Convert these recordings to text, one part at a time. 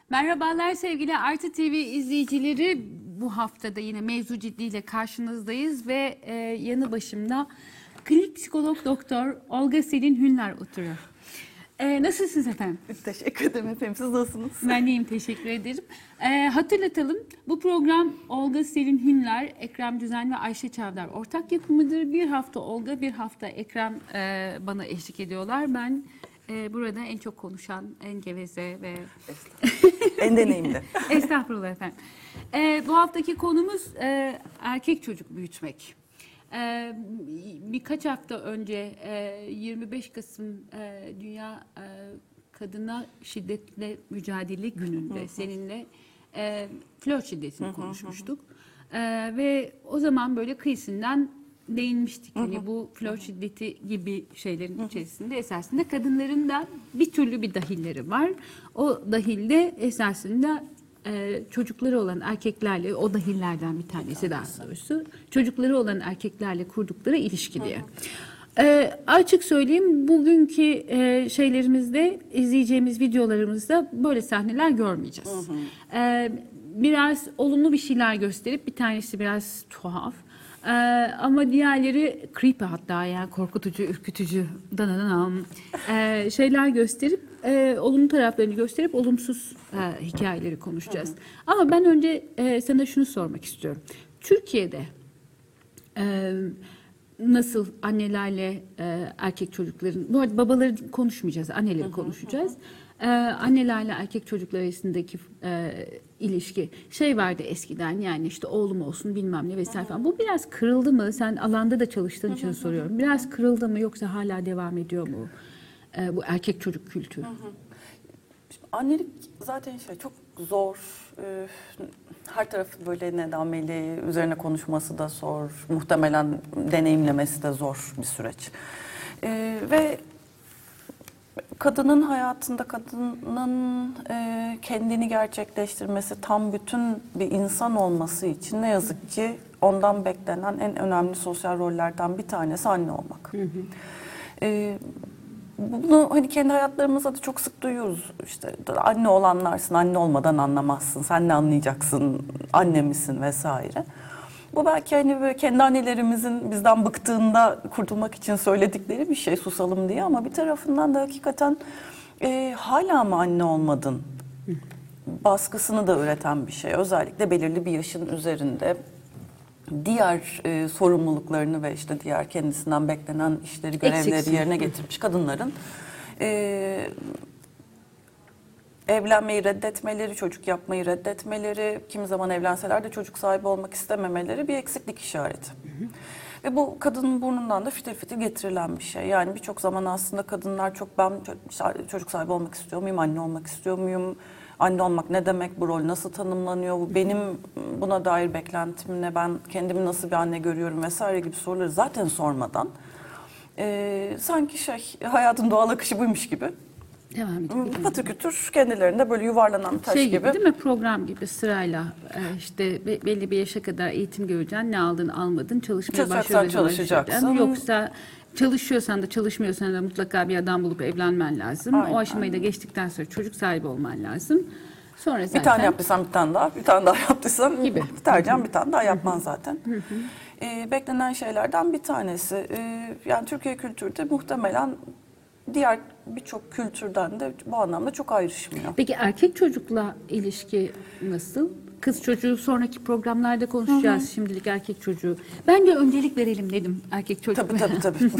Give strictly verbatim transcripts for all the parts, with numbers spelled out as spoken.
Merhabalar sevgili Artı T V izleyicileri. Bu haftada yine Mevzu Ciddi ile karşınızdayız ve e, yanı başımda klinik psikolog doktor Olga Selin Hünler oturuyor. E, nasılsınız efendim? Teşekkür ederim efendim. Siz nasılsınız? Ben deyim, teşekkür ederim. E, hatırlatalım, bu program Olga Selin Hünler, Ekrem Düzen ve Ayşe Çavdar ortak yapımıdır. Bir hafta Olga, bir hafta Ekrem e, bana eşlik ediyorlar. Ben e, burada en çok konuşan, en geveze ve en deneyimli. Estağfurullah efendim. Ee, bu haftaki konumuz e, erkek çocuk büyütmek. Ee, birkaç hafta önce e, yirmi beş Kasım e, Dünya e, Kadına Şiddetle Mücadele Günü'nde hı hı. seninle e, flört şiddetini hı hı, konuşmuştuk. Hı. E, ve o zaman böyle kıyısından değinmiştik. Hı hı. Hani bu flört şiddeti gibi şeylerin hı hı. içerisinde esasında kadınların da bir türlü bir dahilleri var. O dahilde esasında e, çocukları olan erkeklerle, o dahillerden bir tanesi daha doğrusu, çocukları olan erkeklerle kurdukları ilişki diye. Hı hı. E, açık söyleyeyim, bugünkü e, şeylerimizde, izleyeceğimiz videolarımızda böyle sahneler görmeyeceğiz. Hı hı. E, biraz olumlu bir şeyler gösterip, bir tanesi biraz tuhaf. Ee, ama diğerleri creepy, hatta yani korkutucu, ürkütücü dananam ee, şeyler gösterip, e, olumlu taraflarını gösterip olumsuz e, hikayeleri konuşacağız. Hı hı. Ama ben önce e, sana şunu sormak istiyorum. Türkiye'de e, nasıl annelerle e, erkek çocukların, bu arada babaları konuşmayacağız, anneleri hı hı, konuşacağız. Hı. Ee, annelerle erkek çocuklar arasındaki e, ilişki şey vardı eskiden, yani işte oğlum olsun bilmem ne vesaire falan. Bu biraz kırıldı mı? Sen alanda da çalıştığın için soruyorum. Biraz kırıldı mı, yoksa hala devam ediyor mu e, bu erkek çocuk kültürü? Şimdi annelik zaten şey çok zor. Ee, her tarafı böyle nedameli, üzerine konuşması da zor. Muhtemelen deneyimlemesi de zor bir süreç. Ee, ve kadının hayatında, kadının e, kendini gerçekleştirmesi, tam bütün bir insan olması için ne yazık ki ondan beklenen en önemli sosyal rollerden bir tanesi anne olmak. Hı hı. E, bunu hani kendi hayatlarımızda da çok sık duyuyoruz. İşte anne olanlarsın, anne olmadan anlamazsın, sen ne anlayacaksın, anne misin vesaire. Bu belki hani böyle kendi annelerimizin bizden bıktığında kurtulmak için söyledikleri bir şey, susalım diye, ama bir tarafından da hakikaten e, hala mı anne olmadın baskısını da üreten bir şey. Özellikle belirli bir yaşın üzerinde diğer e, sorumluluklarını ve işte diğer kendisinden beklenen işleri, görevleri Eksiksin. yerine getirmiş kadınların e, evlenmeyi reddetmeleri, çocuk yapmayı reddetmeleri, kimi zaman evlenseler de çocuk sahibi olmak istememeleri bir eksiklik işareti. Hı hı. Ve bu kadının burnundan da fitil fitil getirilen bir şey. Yani birçok zaman aslında kadınlar çok, ben çocuk sahibi olmak istiyor muyum, anne olmak istiyor muyum, anne olmak ne demek, bu rol nasıl tanımlanıyor, bu benim buna dair beklentim ne, ben kendimi nasıl bir anne görüyorum vesaire gibi soruları zaten sormadan e, sanki şey, hayatın doğal akışı buymuş gibi devam ediyor. Patır kütür kendilerinde böyle yuvarlanan taş şey gibi, gibi. Değil mi? Program gibi sırayla işte belli bir yaşa kadar eğitim göreceksin. Ne aldın, almadın, çalışmaya başladın, çalışacaksın. Yoksa çalışıyorsan da çalışmıyorsan da mutlaka bir adam bulup evlenmen lazım. Aynen, o aşamayı aynen. da geçtikten sonra çocuk sahibi olman lazım. Sonra zaten... Bir tane yaptıysan bir tane daha, bir tane daha yaptıysan gibi. Tercihen bir tane daha yapman zaten. ee, beklenen şeylerden bir tanesi. Ee, yani Türkiye kültürde muhtemelen diğer birçok kültürden de bu anlamda çok ayrışmıyor. Peki erkek çocukla ilişki nasıl? Kız çocuğu sonraki programlarda konuşacağız. Hı hı. Şimdilik erkek çocuğu. Bence öncelik verelim dedim erkek çocuğu. Tabii tabii tabii.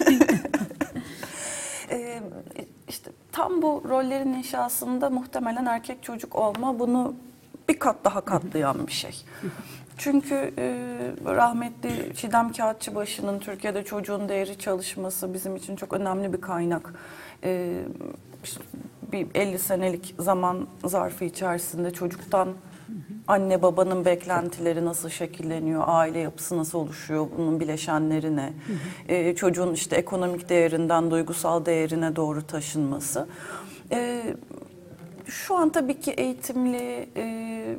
ee, işte tam bu rollerin inşasında muhtemelen erkek çocuk olma bunu bir kat daha katlayan bir şey. Çünkü e, rahmetli Çiğdem Kağıtçıbaşı'nın Türkiye'de çocuğun değeri çalışması bizim için çok önemli bir kaynak. E, işte bir elli senelik zaman zarfı içerisinde çocuktan anne babanın beklentileri nasıl şekilleniyor, aile yapısı nasıl oluşuyor, bunun bileşenleri ne, e, çocuğun işte ekonomik değerinden duygusal değerine doğru taşınması. E, şu an tabii ki eğitimli, e,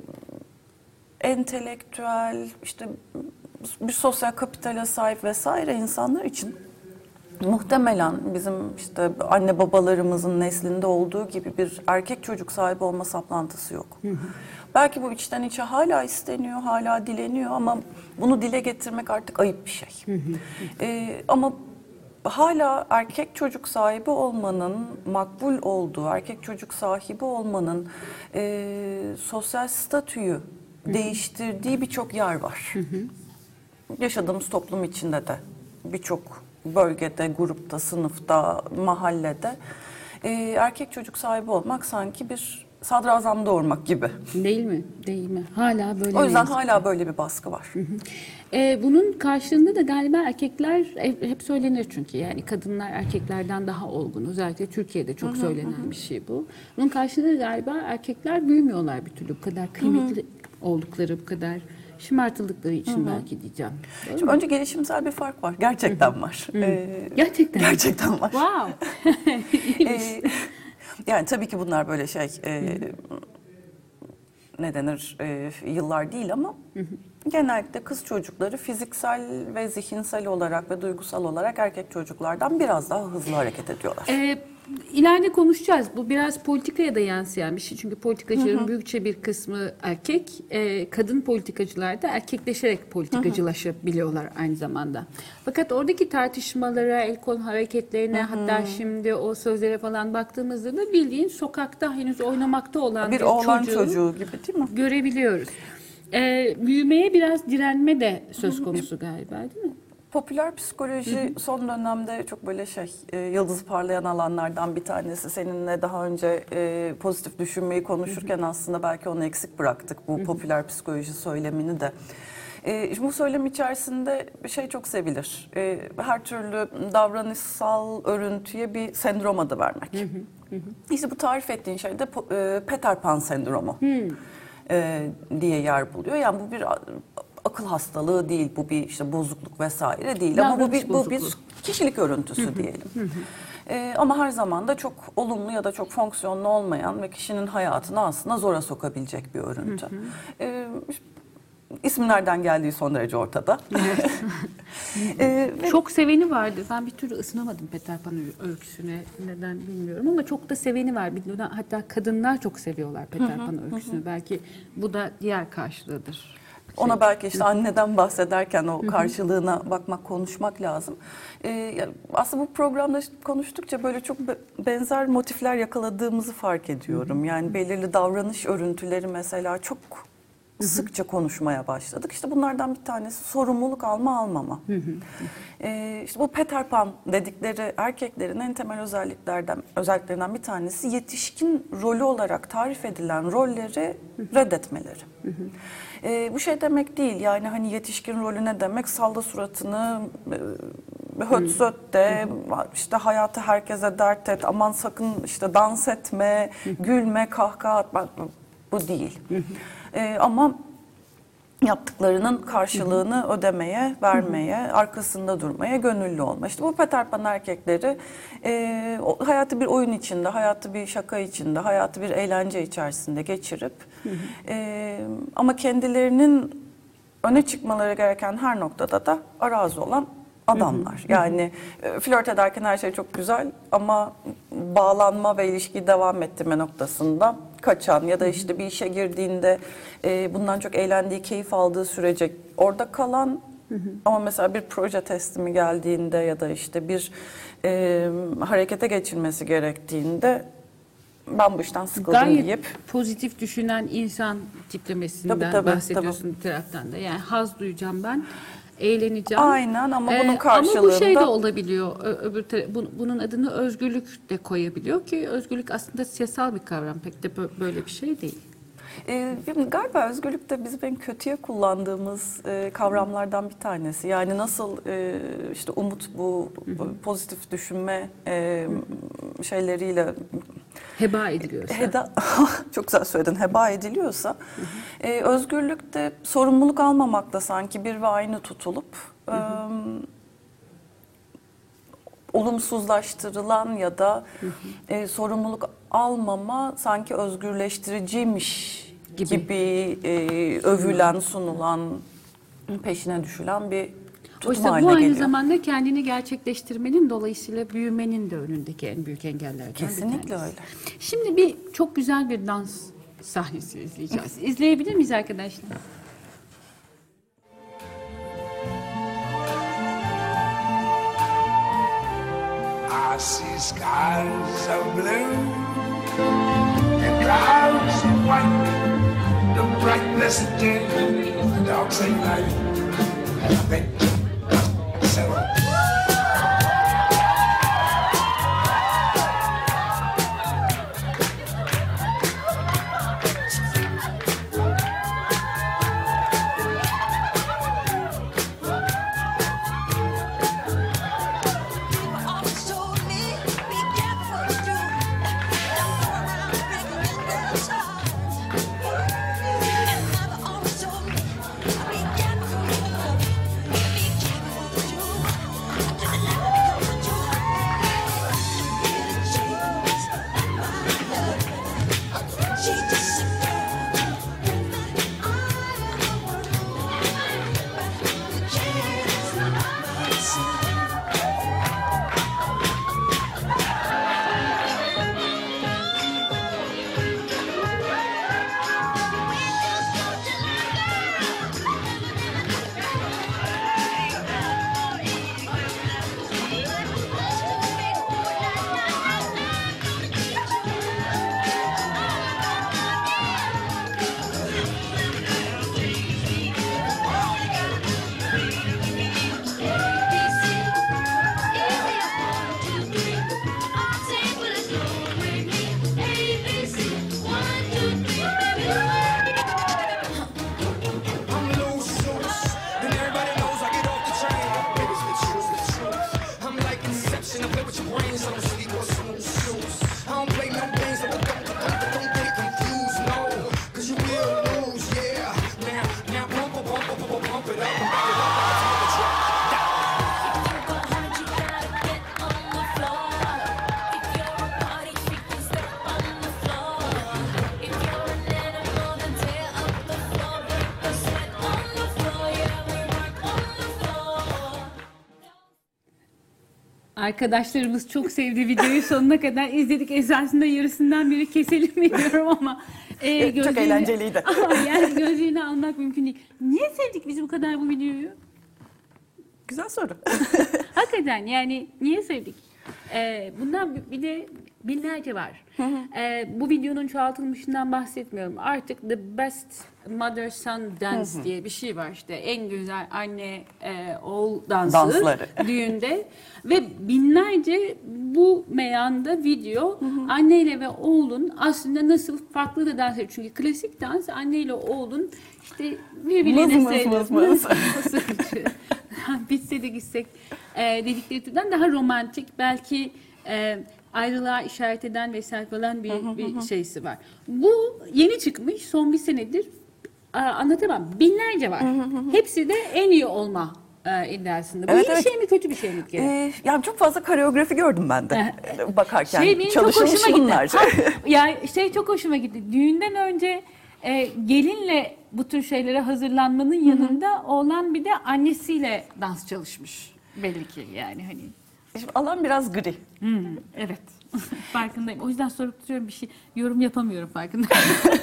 entelektüel, işte bir sosyal kapitale sahip vesaire insanlar için muhtemelen bizim işte anne babalarımızın neslinde olduğu gibi bir erkek çocuk sahibi olma saplantısı yok. Hı hı. Belki bu içten içe hala isteniyor, hala dileniyor ama bunu dile getirmek artık ayıp bir şey. Hı hı. Ee, ama hala erkek çocuk sahibi olmanın makbul olduğu, erkek çocuk sahibi olmanın e, sosyal statüyü hı hı. değiştirdiği birçok yer var. Hı hı. Yaşadığımız toplum içinde de birçok bölgede, grupta, sınıfta, mahallede e, erkek çocuk sahibi olmak sanki bir sadrazam doğurmak gibi. Değil mi? Değil mi? Hala böyle. O yüzden hala böyle bir baskı var. Hı hı. Ee, bunun karşılığında da galiba erkekler hep söylenir çünkü yani kadınlar erkeklerden daha olgun. Özellikle Türkiye'de çok hı hı, söylenen hı. bir şey bu. Bunun karşılığında galiba erkekler büyümüyorlar bir türlü. Bu kadar kıymetli hı hı. oldukları, bu kadar şımartıldıkları için hı hı. belki diyeceğim. Şimdi önce gelişimsel bir fark var. Gerçekten hı hı. var. Hı hı. Ee, gerçekten Gerçekten var. Wow. ee, yani tabii ki bunlar böyle şey e, ne denir e, yıllar değil ama hı hı. genellikle kız çocukları fiziksel ve zihinsel olarak ve duygusal olarak erkek çocuklardan biraz daha hızlı hareket ediyorlar. Ee, ileride konuşacağız. Bu biraz politikaya da yansıyan bir şey. Çünkü politikacıların hı hı. büyükçe bir kısmı erkek. E, kadın politikacılar da erkekleşerek politikacılaşabiliyorlar aynı zamanda. Fakat oradaki tartışmalara, el kol hareketlerine, hı hı. hatta şimdi o sözlere falan baktığımızda da bildiğin sokakta henüz oynamakta olan bir, bir oğlan çocuğu, çocuğu gibi değil mi? Görebiliyoruz. E, büyümeye biraz direnme de söz konusu galiba değil mi? Popüler psikoloji hı hı. son dönemde çok böyle şey e, yıldızı parlayan alanlardan bir tanesi. Seninle daha önce e, pozitif düşünmeyi konuşurken hı hı. aslında belki onu eksik bıraktık bu hı hı. popüler psikoloji söylemini de. E, bu söylem içerisinde bir şey çok sevilir. E, her türlü davranışsal örüntüye bir sendrom adı vermek. Hı hı. Hı hı. İşte bu tarif ettiğin şey de e, Peter Pan sendromu hı. e, diye yer buluyor. Yani bu bir akıl hastalığı değil, bu bir işte bozukluk vesaire değil davranış ama bu bir bu bir kişilik örüntüsü hı hı. diyelim. Hı hı. Ee, ama her zaman da çok olumlu ya da çok fonksiyonlu olmayan ve kişinin hayatını aslında zora sokabilecek bir örüntü. Hı hı. Ee, ismi nereden geldiği son derece ortada. ee, çok seveni vardı. Ben bir türlü ısınamadım Peter Pan öyküsüne. Neden bilmiyorum ama çok da seveni var. Hatta kadınlar çok seviyorlar Peter Pan öyküsünü. Hı hı. Belki bu da diğer karşılığıdır. Ona belki işte anneden bahsederken o karşılığına bakmak, konuşmak lazım. Ee, aslında bu programda konuştukça böyle çok benzer motifler yakaladığımızı fark ediyorum. Yani belirli davranış örüntüleri mesela çok sıkça konuşmaya başladık. İşte bunlardan bir tanesi sorumluluk alma almama. Ee, işte bu Peter Pan dedikleri erkeklerin en temel özelliklerden özelliklerinden bir tanesi yetişkin rolü olarak tarif edilen rolleri reddetmeleri. Ee, bu şey demek değil yani hani yetişkin rolü ne demek salla suratını e, höt söt de işte hayatı herkese dert et aman sakın işte dans etme gülme kahkaha atma bu değil. Ee, ama yaptıklarının karşılığını ödemeye, vermeye, arkasında durmaya gönüllü olma. İşte bu Peter Pan erkekleri e, hayatı bir oyun içinde, hayatı bir şaka içinde, hayatı bir eğlence içerisinde geçirip e, ama kendilerinin öne çıkmaları gereken her noktada da arazi olan adamlar. Yani e, flört ederken her şey çok güzel ama bağlanma ve ilişkiyi devam ettirme noktasında kaçan ya da işte bir işe girdiğinde e, bundan çok eğlendiği, keyif aldığı sürece orada kalan hı hı. ama mesela bir proje teslimi geldiğinde ya da işte bir e, harekete geçilmesi gerektiğinde ben bu işten sıkıldım gayet deyip. Pozitif düşünen insan tiplemesinden tabii, tabii, bahsediyorsun tabii. bir taraftan da. Yani haz duyacağım ben. Eğleneceğim. Aynen ama bunun karşılığında... Ama bu şey de olabiliyor. Öbür bunun adını özgürlük de koyabiliyor ki özgürlük aslında siyasal bir kavram. Pek de böyle bir şey değil. Ee, galiba özgürlük de bizim en kötüye kullandığımız e, kavramlardan bir tanesi. Yani nasıl e, işte umut bu hı hı. pozitif düşünme e, hı hı. şeyleriyle... Heba ediliyorsa. Heda, çok güzel söyledin. Heba ediliyorsa. Hı hı. E, özgürlük de sorumluluk almamakla sanki bir ve aynı tutulup... Hı hı. E, olumsuzlaştırılan ya da hı hı. E, sorumluluk almama sanki özgürleştiriciymiş gibi, gibi e, övülen, sunulan, peşine düşülen bir tutum Oysa bu haline aynı geliyor. zamanda kendini gerçekleştirmenin, dolayısıyla büyümenin de önündeki en büyük engellerden Kesinlikle bir tanesi. öyle. Şimdi bir çok güzel bir dans sahnesi izleyeceğiz. İzleyebilir miyiz arkadaşlar? I see skies of blue and clouds of white, the bright blessed day, the dark same night. I bet you so. Arkadaşlarımız çok sevdi videoyu, sonuna kadar izledik. Esasında yarısından biri keselim bilmiyorum ama e, Evet, çok gözlerini- eğlenceliydi. Ama yani gözlerini almak mümkün değil. Niye sevdik biz bu kadar bu videoyu? Güzel soru. Hakikaten yani niye sevdik? Ee, bundan bir- bir de binlerce var. Ee, bu videonun çoğaltılmışından bahsetmiyorum. Artık The Best Mother Son Dance diye bir şey var işte. En güzel anne e, oğul dansı Dansları. düğünde. Ve binlerce bu meyanda video anneyle ve oğlun aslında nasıl farklı da dans ediyor. Çünkü klasik dans anneyle oğlun işte birbirine Mız mız mız mız. bitse de gitsek e, dedikleri türden daha romantik, belki e, ayrılığa işaret eden vesaire falan bir, bir şeysi var. Bu yeni çıkmış, son bir senedir e, anlatamam. Binlerce var. Hepsi de en iyi olma e, iddiasında. Bu Evet, iyi evet. şey mi kötü bir şey mi? bir kere? Ee, yani çok fazla koreografi gördüm ben de bakarken. Şey benim çok Çalışılmış hoşuma gitti. bunlar. Ha, ya şey çok hoşuma gitti. Düğünden önce e, gelinle bu tür şeylere hazırlanmanın yanında oğlan bir de annesiyle dans çalışmış. Belli ki yani hani. Şimdi alan biraz gri. Hmm, evet. Farkındayım. O yüzden sorup duruyorum, bir şey yorum yapamıyorum, farkındayım.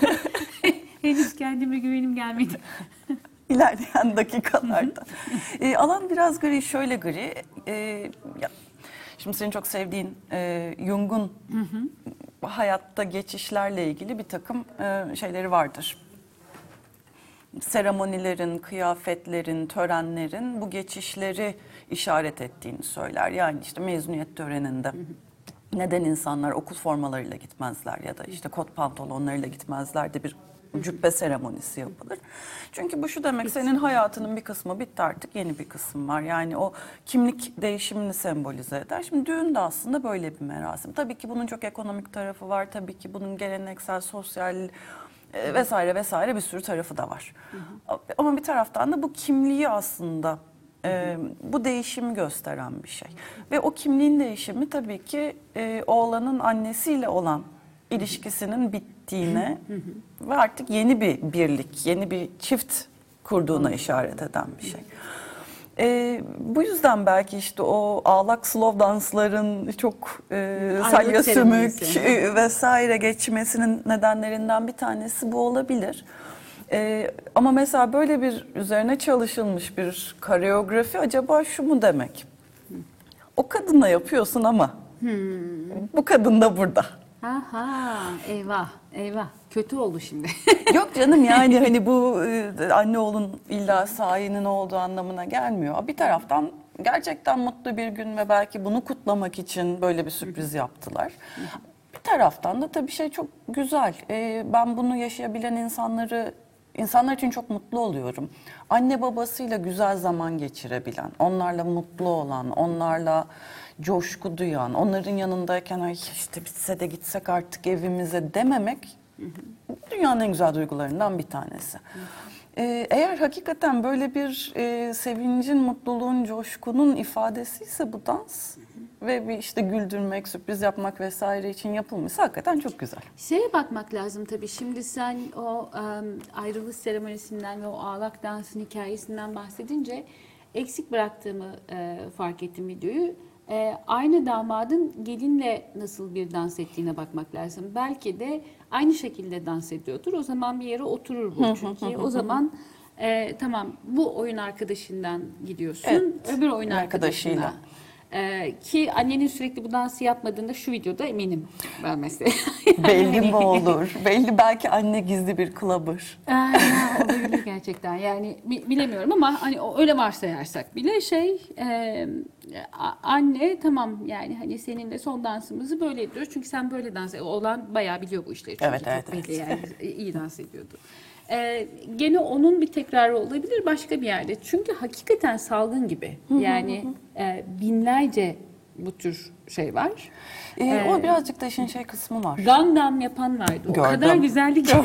Henüz kendime güvenim gelmedi. İlerleyen dakikalarda. e, alan biraz gri, şöyle gri. E, ya, şimdi senin çok sevdiğin e, Jung'un hayatta geçişlerle ilgili bir takım e, şeyleri vardır. Seremonilerin, kıyafetlerin, törenlerin bu geçişleri işaret ettiğini söyler. Yani işte mezuniyet töreninde neden insanlar okul formalarıyla gitmezler ya da işte kot pantolonlarıyla gitmezler de bir cübbe seremonisi yapılır. Çünkü bu şu demek, senin hayatının bir kısmı bitti, artık yeni bir kısım var. Yani o kimlik değişimini sembolize eder. Şimdi düğün de aslında böyle bir merasim. Tabii ki bunun çok ekonomik tarafı var. Tabii ki bunun geleneksel, sosyal e, vesaire vesaire bir sürü tarafı da var. Hı hı. Ama bir taraftan da bu kimliği aslında e, bu değişimi gösteren bir şey. Ve o kimliğin değişimi tabii ki e, oğlanın annesiyle olan ilişkisinin bittiğine ve artık yeni bir birlik, yeni bir çift kurduğuna işaret eden bir şey. E, bu yüzden belki işte o ağlak slow dansların çok e, Ayrılık salya sümük seremonisi. e, vesaire geçmesinin nedenlerinden bir tanesi bu olabilir. E, ama mesela böyle bir üzerine çalışılmış bir koreografi acaba şu mu demek? O kadınla yapıyorsun ama bu kadın da burada. Aha, eyvah, eyvah. Kötü oldu şimdi. Yok canım, yani hani bu e, anne oğlun illa sahinin olduğu anlamına gelmiyor. Bir taraftan gerçekten mutlu bir gün ve belki bunu kutlamak için böyle bir sürpriz yaptılar. Bir taraftan da tabii şey çok güzel. E, ben bunu yaşayabilen insanları insanlar için çok mutlu oluyorum. Anne babasıyla güzel zaman geçirebilen, onlarla mutlu olan, onlarla coşku duyan, onların yanındayken ay işte bitse de gitsek artık evimize dememek dünyanın en güzel duygularından bir tanesi. Ee, eğer hakikaten böyle bir e, sevincin, mutluluğun, coşkunun ifadesiyse bu dans ve bir işte güldürmek, sürpriz yapmak vesaire için yapılmışsa hakikaten çok güzel. Şeye bakmak lazım tabii. Şimdi sen o um, ayrılış seremonisinden ve o ağlak dansın hikayesinden bahsedince eksik bıraktığımı e, fark ettim videoyu. E, aynı damadın gelinle nasıl bir dans ettiğine bakmak lazım. Belki de aynı şekilde dans ediyordur. O zaman bir yere oturur bu. Çünkü o zaman e, tamam bu oyun arkadaşından gidiyorsun. Evet, öbür oyun arkadaşıyla. arkadaşıyla. Ee, ki annenin sürekli bu dansı yapmadığında şu videoda eminim ben mesela. Belli mi olur? Belli, belki anne gizli bir clubber. Aa, ya, olabilir gerçekten. Yani bi- bilemiyorum ama hani o- öyle varsayarsak bile şey e, a- anne tamam yani hani seninle son dansımızı böyle ediyoruz. Çünkü sen böyle dans olan bayağı biliyor bu işleri. Çünkü Evet, çok evet, belli yani iyi dans ediyordu. Ee, gene onun bir tekrarı olabilir başka bir yerde. Çünkü hakikaten salgın gibi. Yani e, binlerce bu tür şey var. Ee, o birazcık da işin şey kısmı var. Gangnam yapan vardı. O Gördüm. kadar güzeldi ki.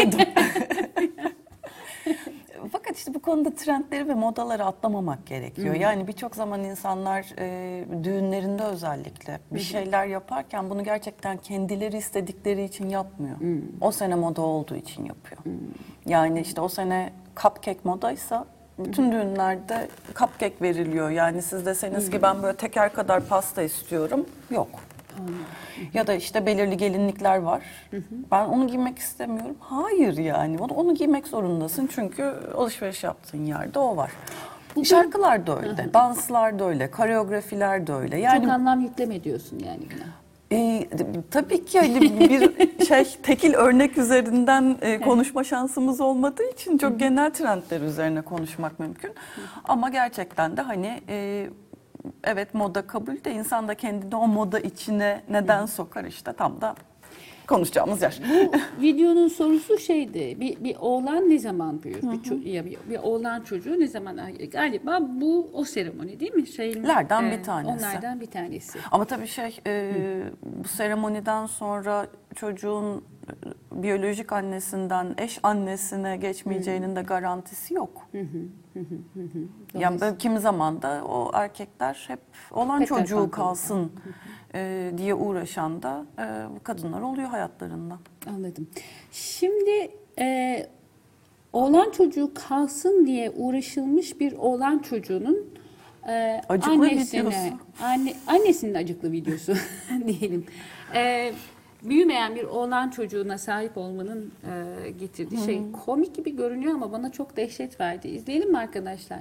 Fakat işte bu konuda trendleri ve modaları atlamamak gerekiyor. Yani birçok zaman insanlar e, düğünlerinde özellikle bir şeyler yaparken bunu gerçekten kendileri istedikleri için yapmıyor. O sene moda olduğu için yapıyor. Yani işte o sene cupcake modaysa bütün düğünlerde cupcake veriliyor. Yani siz deseniz ki ben böyle teker kadar pasta istiyorum. Yok. Ya da işte belirli gelinlikler var. Ben onu giymek istemiyorum. Hayır yani. Onu, onu giymek zorundasın çünkü alışveriş yaptığın yerde o var. Şarkılar da öyle, danslar da öyle, koreografiler de öyle. Yani Çok anlam yükleme diyorsun yani buna. e, tabii ki hani bir şey tekil örnek üzerinden e, konuşma şansımız olmadığı için çok genel trendler üzerine konuşmak mümkün. Ama gerçekten de hani e, evet moda kabul de insan da kendini o moda içine neden sokar işte tam da konuşacağımız yer. Bu videonun sorusu şeydi. Bir, bir oğlan ne zaman büyür? Bir, ço- ya bir, bir oğlan çocuğu ne zaman? Galiba bu o seremoni değil mi? Şeyin, Lerden bir tanesi. Onlardan bir tanesi. Ama tabii şey e, bu seremoniden sonra çocuğun e, biyolojik annesinden eş annesine geçmeyeceğinin de garantisi yok. Yani böyle kimi zaman da o erkekler hep olan Tekrar çocuğu kalkıyor. kalsın e, diye uğraşan da e, kadınlar oluyor hayatlarında. Anladım. Şimdi e, oğlan çocuğu kalsın diye uğraşılmış bir oğlan çocuğunun e, Acıklı annesine, videosu. anne, annesinin acıklı videosu diyelim. E, büyümeyen bir oğlan çocuğuna sahip olmanın e, getirdiği şey komik gibi görünüyor ama bana çok dehşet verdi. İzleyelim mi arkadaşlar?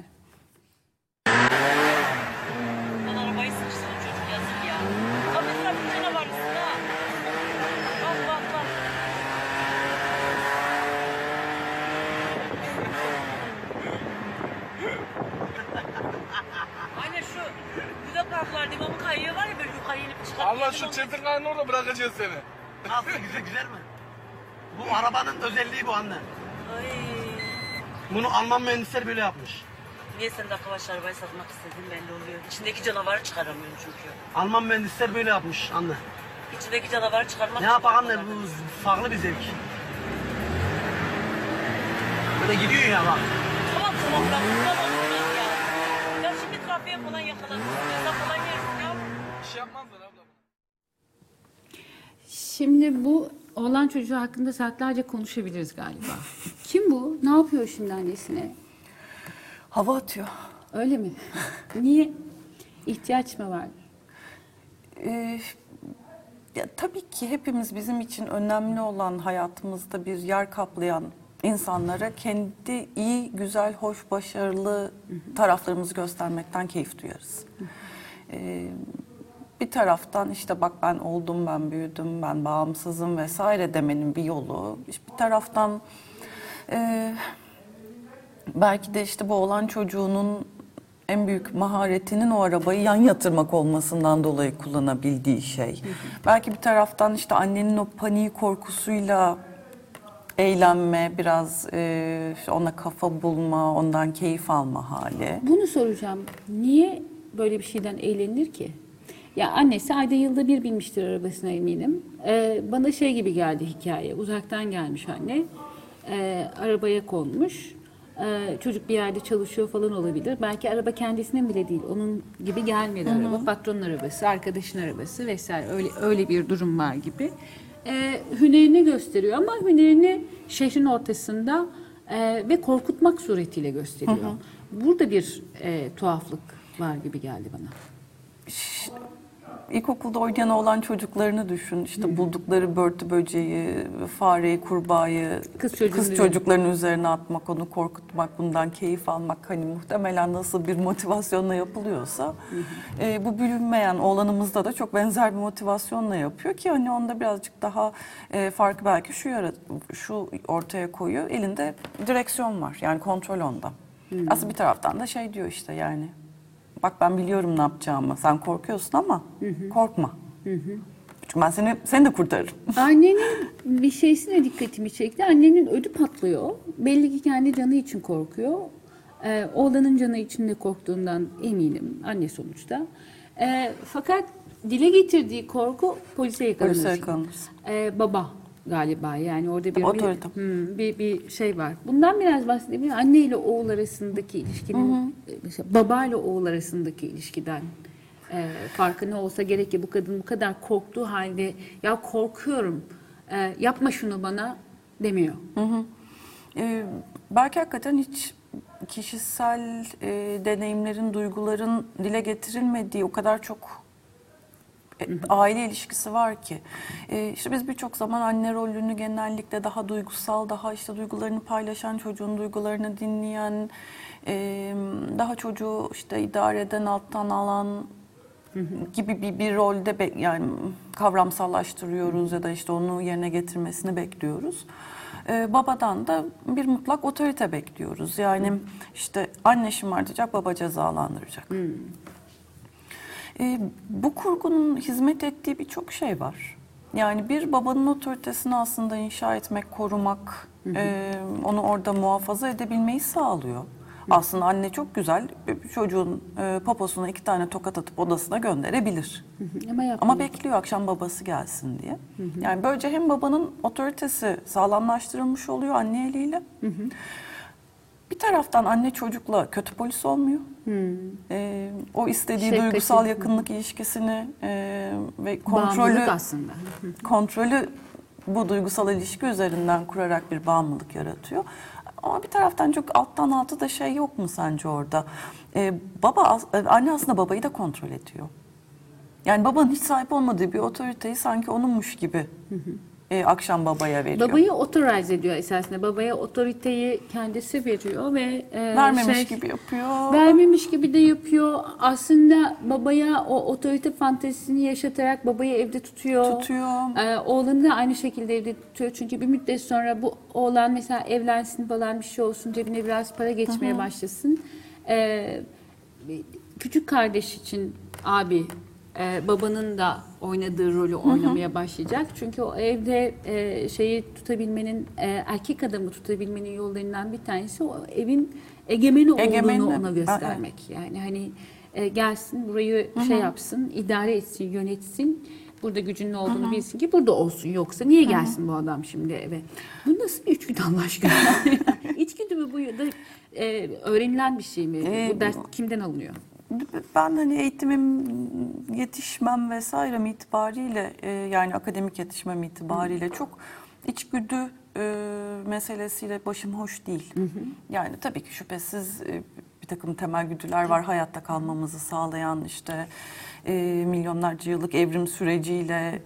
Lan arabayı sıkıştırın çocuk yazık ya. Abi trafikte ne var üstüne ha? Bak bak bak. Aynen şu Güzel Parklar devamı kayıyor var ya böyle yukarı inip çıkar. Allah şu çetin karnı orada bırakacağız seni. Nasıl güzel güzel mi? Bu arabanın özelliği bu anne. Ay. Bunu Alman mühendisler böyle yapmış. Niye sen de arkadaş arabayı satmak istediğin belli oluyor. İçindeki canavarı çıkaramıyorum çünkü. Alman mühendisler böyle yapmış anne. İçindeki canavarı çıkarmak Ne yapar anne, bu farklı bir zevk. Böyle gidiyor ya bak. Tamam tamam ben tamam tamam ya. Ya şimdi trafiğe falan yakalanırsın. Ceza falan yersin ya. Bir şey yapmazlar abla. Şimdi bu oğlan çocuğu hakkında saatlerce konuşabiliriz galiba. Kim bu? Ne yapıyor şimdi annesine? Hava atıyor. Öyle mi? Niye? İhtiyaç mı var? Ee, ya, tabii ki hepimiz bizim için önemli olan hayatımızda bir yer kaplayan insanlara kendi iyi, güzel, hoş, başarılı taraflarımızı göstermekten keyif duyarız. Ee, bir taraftan işte bak ben oldum, ben büyüdüm, ben bağımsızım vesaire demenin bir yolu. İşte bir taraftan e, belki de işte bu olan çocuğunun en büyük maharetinin o arabayı yan yatırmak olmasından dolayı kullanabildiği şey. Belki bir taraftan işte annenin o paniği korkusuyla eğlenme, biraz e, ona kafa bulma, ondan keyif alma hali. Bunu soracağım. Niye böyle bir şeyden eğlenir ki? Ya annesi ayda yılda bir binmiştir arabasına eminim. Ee, bana şey gibi geldi hikaye. Uzaktan gelmiş anne. Ee, arabaya konmuş. Ee, çocuk bir yerde çalışıyor falan olabilir. Belki araba kendisinin bile değil. Onun gibi gelmedi araba. Patronun arabası, arkadaşın arabası vesaire. Öyle öyle bir durum var gibi. Ee, hünerini gösteriyor ama hünerini şehrin ortasında e, ve korkutmak suretiyle gösteriyor. Hı hı. Burada bir e, tuhaflık var gibi geldi bana. İlkokulda oynayan olan çocuklarını düşün. İşte Hı-hı. buldukları börtü böceği, fareyi, kurbağayı kız, kız çocukların üzerine atmak, onu korkutmak, bundan keyif almak hani muhtemelen nasıl bir motivasyonla yapılıyorsa e, bu bilinmeyen oğlanımızda da çok benzer bir motivasyonla yapıyor ki hani onda birazcık daha e, farkı belki şu yarat şu ortaya koyuyor. Elinde direksiyon var. Yani kontrol onda. Hı-hı. Aslında bir taraftan da şey diyor işte yani bak ben biliyorum ne yapacağımı. Sen korkuyorsun ama hı hı. korkma. Hı hı. Çünkü ben seni seni de kurtarırım. Annenin bir şeysine dikkatimi çekti. Annenin ödü patlıyor. Belli ki kendi canı için korkuyor. Ee, oğlanın canı için de korktuğundan eminim. Anne sonuçta. Ee, fakat dile getirdiği korku polise yakalanması. Polise yakalanması. Ee, baba galiba yani orada bir Otorite. bir, hmm, bir bir şey var. Bundan biraz bahsedebilir miyim? Anne ile oğul arasındaki ilişkinin, hı hı. Mesela baba ile oğul arasındaki ilişkiden e, farkı ne olsa gerek ki bu kadın bu kadar korktuğu halde ya korkuyorum e, yapma şunu bana demiyor. Hı hı. Ee, belki hakikaten hiç kişisel e, deneyimlerin, duyguların dile getirilmediği o kadar çok aile ilişkisi var ki. Ee, işte biz birçok zaman anne rolünü genellikle daha duygusal, daha işte duygularını paylaşan, çocuğun duygularını dinleyen, e, daha çocuğu işte idare eden, alttan alan gibi bir, bir rolde be, yani kavramsallaştırıyoruz ya da işte onu yerine getirmesini bekliyoruz. Ee, babadan da bir mutlak otorite bekliyoruz. Yani işte anne şımartacak, baba cezalandıracak. Hmm. E, bu kurgunun hizmet ettiği birçok şey var. Yani bir babanın otoritesini aslında inşa etmek, korumak, hı hı. E, onu orada muhafaza edebilmeyi sağlıyor. Hı. Aslında anne çok güzel çocuğun e, poposuna iki tane tokat atıp odasına gönderebilir. Hı hı. Ama, Ama bekliyor akşam babası gelsin diye. Hı hı. Yani böylece hem babanın otoritesi sağlamlaştırılmış oluyor anne eliyle. Hı hı. Bir taraftan anne çocukla kötü polis olmuyor. Hmm. Ee, o istediği Şefkati. duygusal yakınlık ilişkisini e, ve kontrolü aslında. kontrolü bu duygusal ilişki üzerinden kurarak bir bağımlılık yaratıyor. Ama bir taraftan çok alttan alta da şey yok mu sence orada? Ee, baba anne aslında babayı da kontrol ediyor. Yani babanın hiç sahip olmadığı bir otoriteyi sanki onunmuş gibi. Hı hı. E, akşam babaya veriyor. Babayı otorize ediyor esasında. Babaya otoriteyi kendisi veriyor ve e, vermemiş şey, gibi yapıyor. Vermemiş gibi de yapıyor. Aslında babaya o otorite fantezisini yaşatarak babayı evde tutuyor. Tutuyor. E, oğlanı da aynı şekilde evde tutuyor. Çünkü bir müddet sonra bu oğlan mesela evlensin falan bir şey olsun, cebine biraz para geçmeye Hı-hı. başlasın. E, küçük kardeş için abi Ee, babanın da oynadığı rolü oynamaya hı hı. başlayacak. Çünkü o evde e, şeyi tutabilmenin, e, erkek adamı tutabilmenin yollarından bir tanesi o evin egemeni olduğunu ona göstermek. Aa, evet. Yani hani e, gelsin burayı hı hı. şey yapsın, idare etsin, yönetsin. Burada gücünün olduğunu hı hı. bilsin ki burada olsun. Yoksa niye gelsin hı hı. bu adam şimdi eve? Bu nasıl bir içgüdü Allah aşkına? İçgüdü mü bu ya da e, öğrenilen bir şey mi? Ee, bu ders kimden alınıyor? Ben hani eğitimim, yetişmem vesairem itibariyle e, yani akademik yetişmem itibariyle hı. çok içgüdü e, meselesiyle başım hoş değil. Hı hı. Yani tabii ki şüphesiz e, bir takım temel güdüler var. Hayatta kalmamızı sağlayan işte e, milyonlarca yıllık evrim süreciyle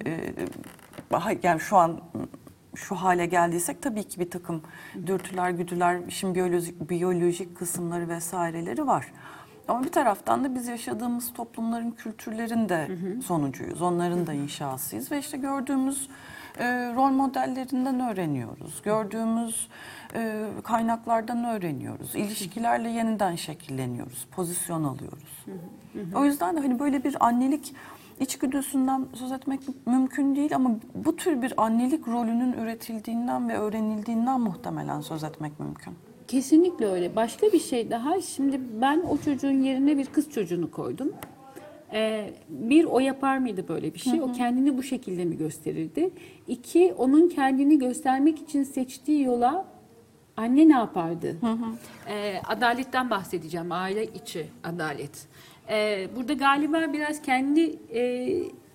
e, yani şu an şu hale geldiysek tabii ki bir takım dürtüler, güdüler, işin biyolojik, biyolojik kısımları vesaireleri var. Ama bir taraftan da biz yaşadığımız toplumların, kültürlerin de sonucuyuz. Onların da inşasıyız ve işte gördüğümüz e, rol modellerinden öğreniyoruz. Gördüğümüz e, kaynaklardan öğreniyoruz. İlişkilerle yeniden şekilleniyoruz, pozisyon alıyoruz. O yüzden de hani böyle bir annelik içgüdüsünden söz etmek mümkün değil ama bu tür bir annelik rolünün üretildiğinden ve öğrenildiğinden muhtemelen söz etmek mümkün. Kesinlikle öyle. Başka bir şey daha. Şimdi ben o çocuğun yerine bir kız çocuğunu koydum. Ee, bir, o yapar mıydı böyle bir şey? Hı hı. O kendini bu şekilde mi gösterirdi? İki, onun kendini göstermek için seçtiği yola anne ne yapardı? Hı hı. Ee, adaletten bahsedeceğim. Aile içi adalet. Ee, burada galiba biraz kendi e,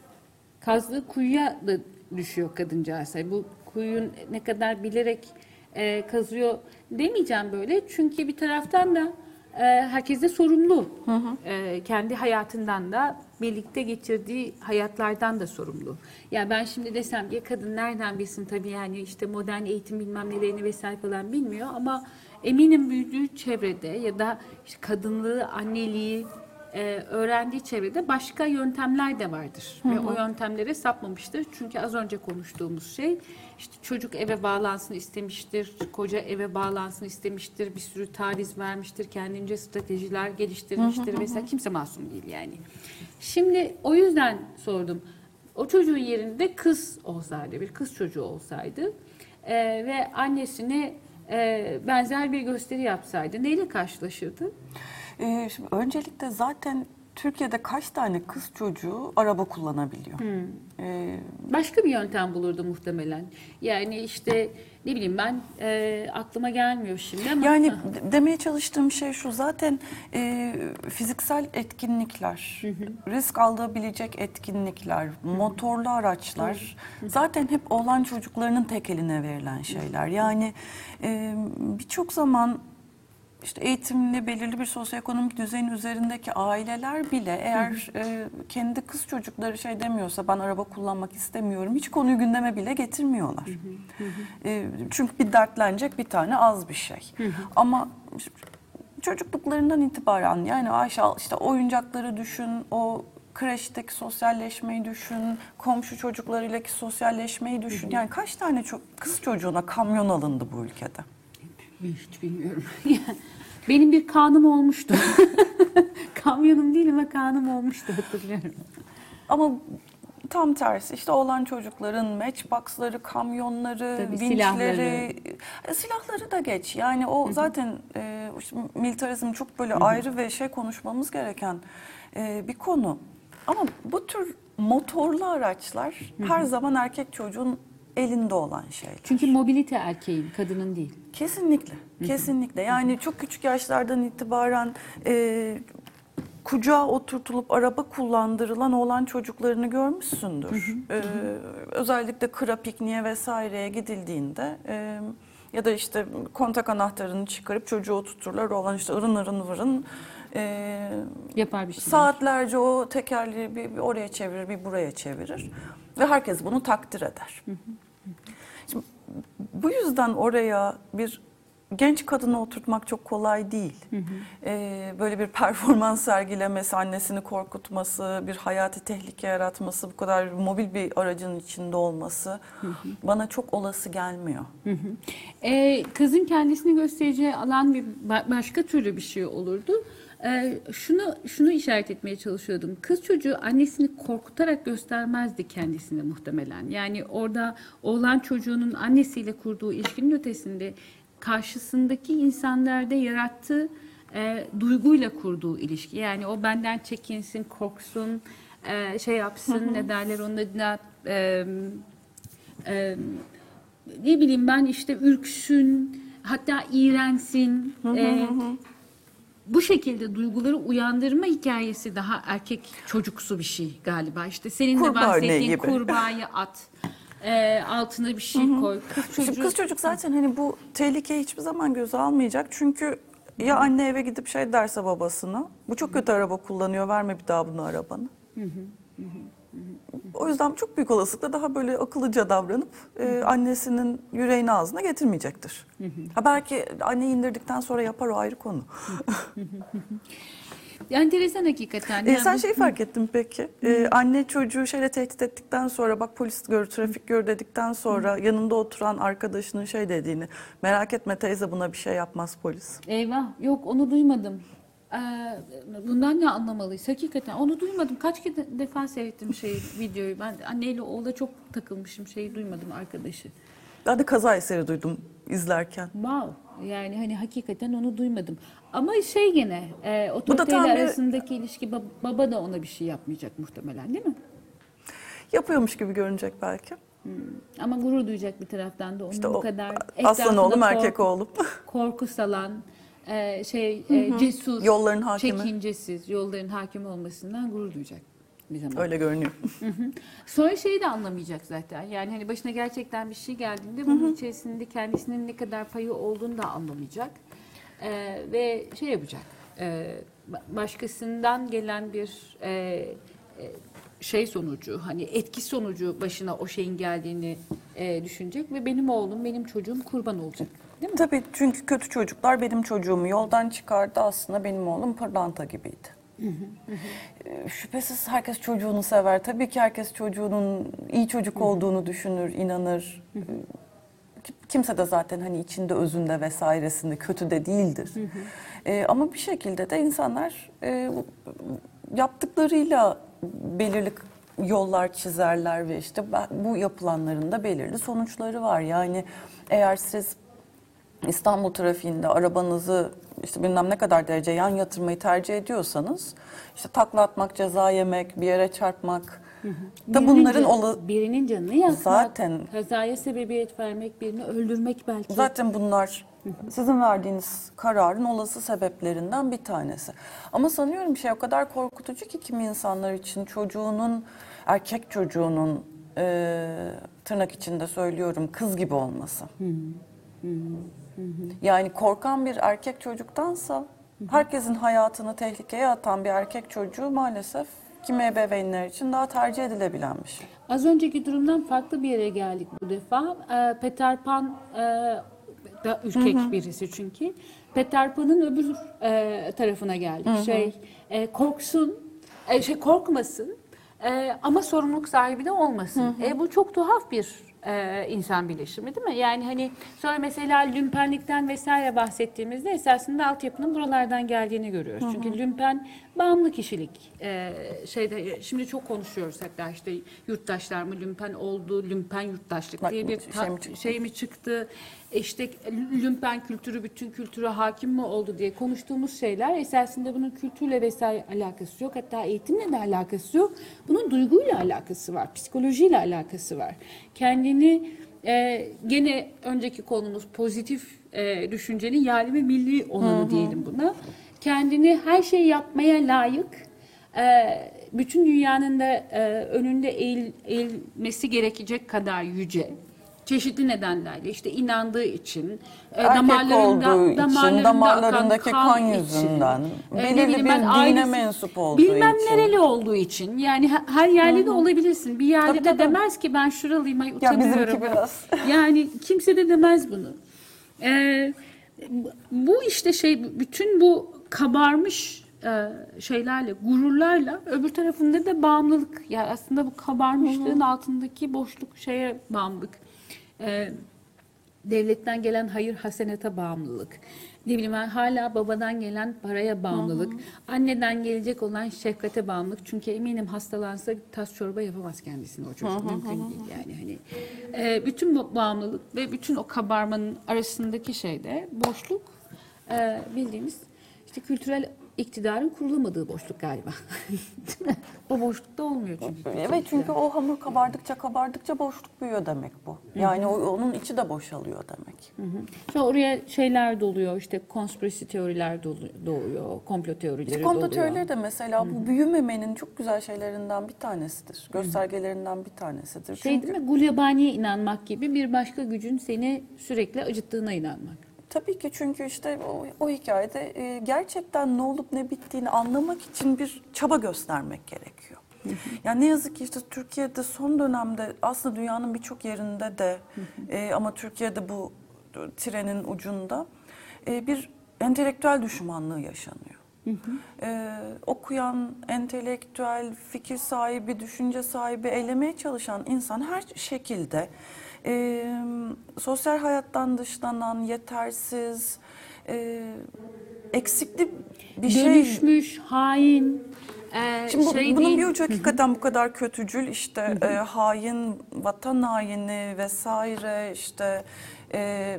kazdığı kuyuya da düşüyor kadıncağız. Bu kuyun ne kadar bilerek e, kazıyor demeyeceğim böyle. Çünkü bir taraftan da e, herkes de sorumlu. Hı hı. E, kendi hayatından da birlikte geçirdiği hayatlardan da sorumlu. Yani ben şimdi desem ki kadın nereden bilsin tabii yani işte modern eğitim bilmem nelerini vesaire falan bilmiyor ama eminim büyüdüğü çevrede ya da işte kadınlığı, anneliği Ee, öğrendiği çevrede başka yöntemler de vardır. Hı hı. Ve o yöntemlere sapmamıştır. Çünkü az önce konuştuğumuz şey işte çocuk eve bağlansın istemiştir, koca eve bağlansın istemiştir, bir sürü taviz vermiştir, kendince stratejiler geliştirmiştir vesaire. Kimse masum değil yani. Şimdi o yüzden sordum. O çocuğun yerinde kız olsaydı, bir kız çocuğu olsaydı e, ve annesine e, benzer bir gösteri yapsaydı neyle karşılaşırdı? Ee, şimdi öncelikle zaten Türkiye'de kaç tane kız çocuğu araba kullanabiliyor? Hmm. Ee, Başka bir yöntem bulurdu muhtemelen. Yani işte ne bileyim ben e, aklıma gelmiyor şimdi ama. Yani demeye çalıştığım şey şu zaten e, fiziksel etkinlikler, hı hı. risk alabilecek etkinlikler, hı hı. motorlu araçlar hı hı. zaten hep oğlan çocuklarının tek eline verilen şeyler. Yani e, birçok zaman İşte eğitimli, belirli bir sosyoekonomik düzeyin üzerindeki aileler bile eğer e, kendi kız çocukları şey demiyorsa ben araba kullanmak istemiyorum hiç konuyu gündeme bile getirmiyorlar. Hı hı. E, çünkü bir dertlenecek bir tane az bir şey. Hı hı. Ama çocukluklarından itibaren yani Ayşe işte oyuncakları düşün, o kreşteki sosyalleşmeyi düşün, komşu çocuklarıyla sosyalleşmeyi düşün. Hı hı. Yani kaç tane ço- kız çocuğuna kamyon alındı bu ülkede? Hiç bilmiyorum. Benim bir kanım olmuştu. Kamyonum değil ama kanım olmuştu hatırlıyorum. Ama tam tersi işte olan çocukların matchbox'ları, kamyonları, Tabii, vinçleri, silahları. E, silahları da geç. Yani o Hı-hı. zaten e, militarizm çok böyle Hı-hı. ayrı ve şey konuşmamız gereken e, bir konu. Ama bu tür motorlu araçlar Hı-hı. her zaman erkek çocuğun elinde olan şeyler. Çünkü mobilite erkeğin, kadının değil. Kesinlikle, kesinlikle. Yani çok küçük yaşlardan itibaren e, kucağa oturtulup araba kullandırılan oğlan çocuklarını görmüşsündür. Hı hı. Ee, özellikle kıra pikniğe vesaireye gidildiğinde e, ya da işte kontak anahtarını çıkarıp çocuğu oturturlar. Oğlan işte ırın ırın vırın e, yapar bir şey. Saatlerce o tekerleği bir, bir oraya çevirir, bir buraya çevirir ve herkes bunu takdir eder. Hı hı. Şimdi, bu yüzden oraya bir genç kadını oturtmak çok kolay değil. Hı hı. Ee, böyle bir performans sergilemesi, annesini korkutması, bir hayati tehlike yaratması, bu kadar mobil bir aracın içinde olması hı hı. bana çok olası gelmiyor. Hı hı. Ee, kızın kendisini göstereceği alan bir başka türlü bir şey olurdu. Ee, şunu şunu işaret etmeye çalışıyordum. Kız çocuğu annesini korkutarak göstermezdi kendisini muhtemelen. Yani orada oğlan çocuğunun annesiyle kurduğu ilişkinin ötesinde karşısındaki insanlarda yarattığı e, duyguyla kurduğu ilişki. Yani o benden çekinsin, korksun, e, şey yapsın, hı hı. ne derler onun adına e, e, ne bileyim ben işte ürksün, hatta iğrensin. Hı hı e, hı. Bu şekilde duyguları uyandırma hikayesi daha erkek çocuksu bir şey galiba. İşte senin de Kurbağa bahsettiğin kurbağayı at. E, altına bir şey koy. Kız çocuğu... Şimdi kız çocuk zaten hani bu tehlikeyi hiçbir zaman göze almayacak. Çünkü Ya anne eve gidip şey derse babasına, bu çok kötü araba kullanıyor, verme bir daha bunu arabanı. O yüzden çok büyük olasılıkla daha böyle akıllıca davranıp e, annesinin yüreğini ağzına getirmeyecektir. Ha belki anne indirdikten sonra yapar, o ayrı konu. Enteresan hakikaten. E, Yani sen bu- şeyi fark ettin peki, e, anne çocuğu şeyle tehdit ettikten sonra, bak polis gör, trafik gör dedikten sonra yanında oturan arkadaşının şey dediğini, merak etme teyze buna bir şey yapmaz polis. Eyvah, yok onu duymadım. Ee, bundan ne anlamalıyız? Hakikaten onu duymadım. Kaç kere defa seyrettim şeyi, videoyu. Ben anneyle oğula çok takılmışım. Şeyi duymadım, arkadaşı. Ben de kaza eseri duydum izlerken. Wow. Yani hani hakikaten onu duymadım. Ama şey gene e, otoriteyle tam bir- arasındaki ilişki, bab- baba da ona bir şey yapmayacak muhtemelen, değil mi? Yapıyormuş gibi görünecek belki. Ama gurur duyacak bir taraftan da onun İşte bu o kadar aslan etrafında oğlum erkek korku- oğlum. korku salan, e, şey e, cesur, Yolların hakimi. çekincesiz, yolların hakimi olmasından gurur duyacak bir zaman. Öyle görünüyor. Sonra şeyi de anlamayacak zaten. Yani hani başına gerçekten bir şey geldiğinde bunun içerisinde kendisinin ne kadar payı olduğunu da anlamayacak. Ee, ve şey yapacak. e, ba- başkasından gelen bir e, e, şey sonucu, hani etki sonucu başına o şeyin geldiğini e, düşünecek ve benim oğlum, benim çocuğum kurban olacak. Değil mi? Tabii, çünkü kötü çocuklar benim çocuğumu yoldan çıkardı, aslında benim oğlum pırlanta gibiydi. Ee, Şüphesiz herkes çocuğunu sever. Tabii ki herkes çocuğunun iyi çocuk olduğunu düşünür, inanır. Ee, Ki- Kimse de zaten hani içinde, özünde vesairesinde kötü de değildir. Ee, ama bir şekilde de insanlar e, yaptıklarıyla belirli yollar çizerler ve işte ben- bu yapılanların da belirli sonuçları var. Yani eğer siz İstanbul trafiğinde arabanızı işte bilmem ne kadar derece yan yatırmayı tercih ediyorsanız, işte takla atmak, ceza yemek, bir yere çarpmak da Birinin bunların can- ola, birinin canını yakmak, Zaten- kazaya sebebiyet vermek, birini öldürmek belki. zaten bunlar sizin verdiğiniz kararın olası sebeplerinden bir tanesi. Ama sanıyorum şey o kadar korkutucu ki kimi insanlar için, çocuğunun, erkek çocuğunun e, tırnak içinde söylüyorum kız gibi olması. Yani korkan bir erkek çocuktansa herkesin hayatını tehlikeye atan bir erkek çocuğu maalesef kimi ebeveynler için daha tercih edilebilen bir şey. Az önceki durumdan farklı bir yere geldik bu defa. Ee, Peter Pan e, da ürkek birisi çünkü. Peter Pan'ın öbür e, tarafına geldik. Şey e, korksun, e, şey korkmasın e, ama sorumluluk sahibi de olmasın. E, bu çok tuhaf bir e, insan birleşimi, değil mi? Yani hani sonra mesela lümpenlikten vesaire bahsettiğimizde esasında altyapının buralardan geldiğini görüyoruz. Çünkü lümpen bağımlı kişilik. E, şeyde şimdi çok konuşuyoruz, hatta işte yurttaşlar mı lümpen oldu, lümpen yurttaşlık Bak, diye bir şey ta- mi çıktı? şey mi çıktı? İşte lümpen kültürü bütün kültüre hakim mi oldu diye konuştuğumuz şeyler esasında bunun kültürle vesaire alakası yok. Hatta eğitimle de alakası yok. Bunun duyguyla alakası var, psikolojiyle alakası var. Kendini e, gene önceki konumuz pozitif e, düşüncenin yerli milli olanı diyelim buna. Kendini her şey yapmaya layık, e, bütün dünyanın da e, önünde eğil, eğilmesi gerekecek kadar yüce. Çeşitli nedenlerle işte inandığı için, e, Erkek damarlarında, olduğu için, damarlarında damarlarındaki akan kan için, yüzünden, e, belirli ne bileyim bir ben, dine ailesi- mensup olduğu bilmem için. nereli olduğu için, yani he- her yerde de olabilirsin. Bir yerde Tabii, de tabii. demez ki ben şuralıyım, ay Ya utanıyorum. bizimki biraz. Yani kimse de demez bunu. Ee, bu işte şey, bütün bu kabarmış e, şeylerle, gururlarla öbür tarafında da bağımlılık. Yani aslında bu kabarmışlığın altındaki boşluk şeye bağımlılık. Ee, devletten gelen hayır hasenata bağımlılık. Ne bileyim ben, hala babadan gelen paraya bağımlılık. Anneden gelecek olan şefkate bağımlılık. Çünkü eminim hastalansa tas çorba yapamaz kendisine o çocuk. Mümkün değil yani. Hani e, bütün bu bağımlılık ve bütün o kabarmanın arasındaki şeyde boşluk, e, bildiğimiz işte kültürel iktidarın kurulamadığı boşluk galiba. Değil mi? O boşlukta olmuyor çünkü. Evet, çünkü o hamur kabardıkça kabardıkça boşluk büyüyor demek bu. Yani o, onun içi de boşalıyor demek. Sonra oraya şeyler doluyor, işte konspirasi teoriler dolu- doğuyor, komplo teorileri İşte komplo doluyor. teorileri de mesela bu büyümemenin çok güzel şeylerinden bir tanesidir. Göstergelerinden bir tanesidir. Şey Çünkü değil mi? Gulyabani'ye inanmak gibi bir başka gücün seni sürekli acıttığına inanmak. Tabii ki, çünkü işte o, o hikayede e, gerçekten ne olup ne bittiğini anlamak için bir çaba göstermek gerekiyor. Yani ne yazık ki işte Türkiye'de son dönemde, aslında dünyanın birçok yerinde de e, ama Türkiye'de bu trenin ucunda e, bir entelektüel düşmanlığı yaşanıyor. Hı hı. Ee, okuyan, entelektüel, fikir sahibi, düşünce sahibi, eylemeye çalışan insan her şekilde e, sosyal hayattan dışlanan, yetersiz, e, eksikli bir şey. Dönüşmüş, hain, e, Şimdi bu, şey bunun değil. bir ucu hakikaten bu kadar kötücül, işte e, hain, vatan haini vesaire, işte e,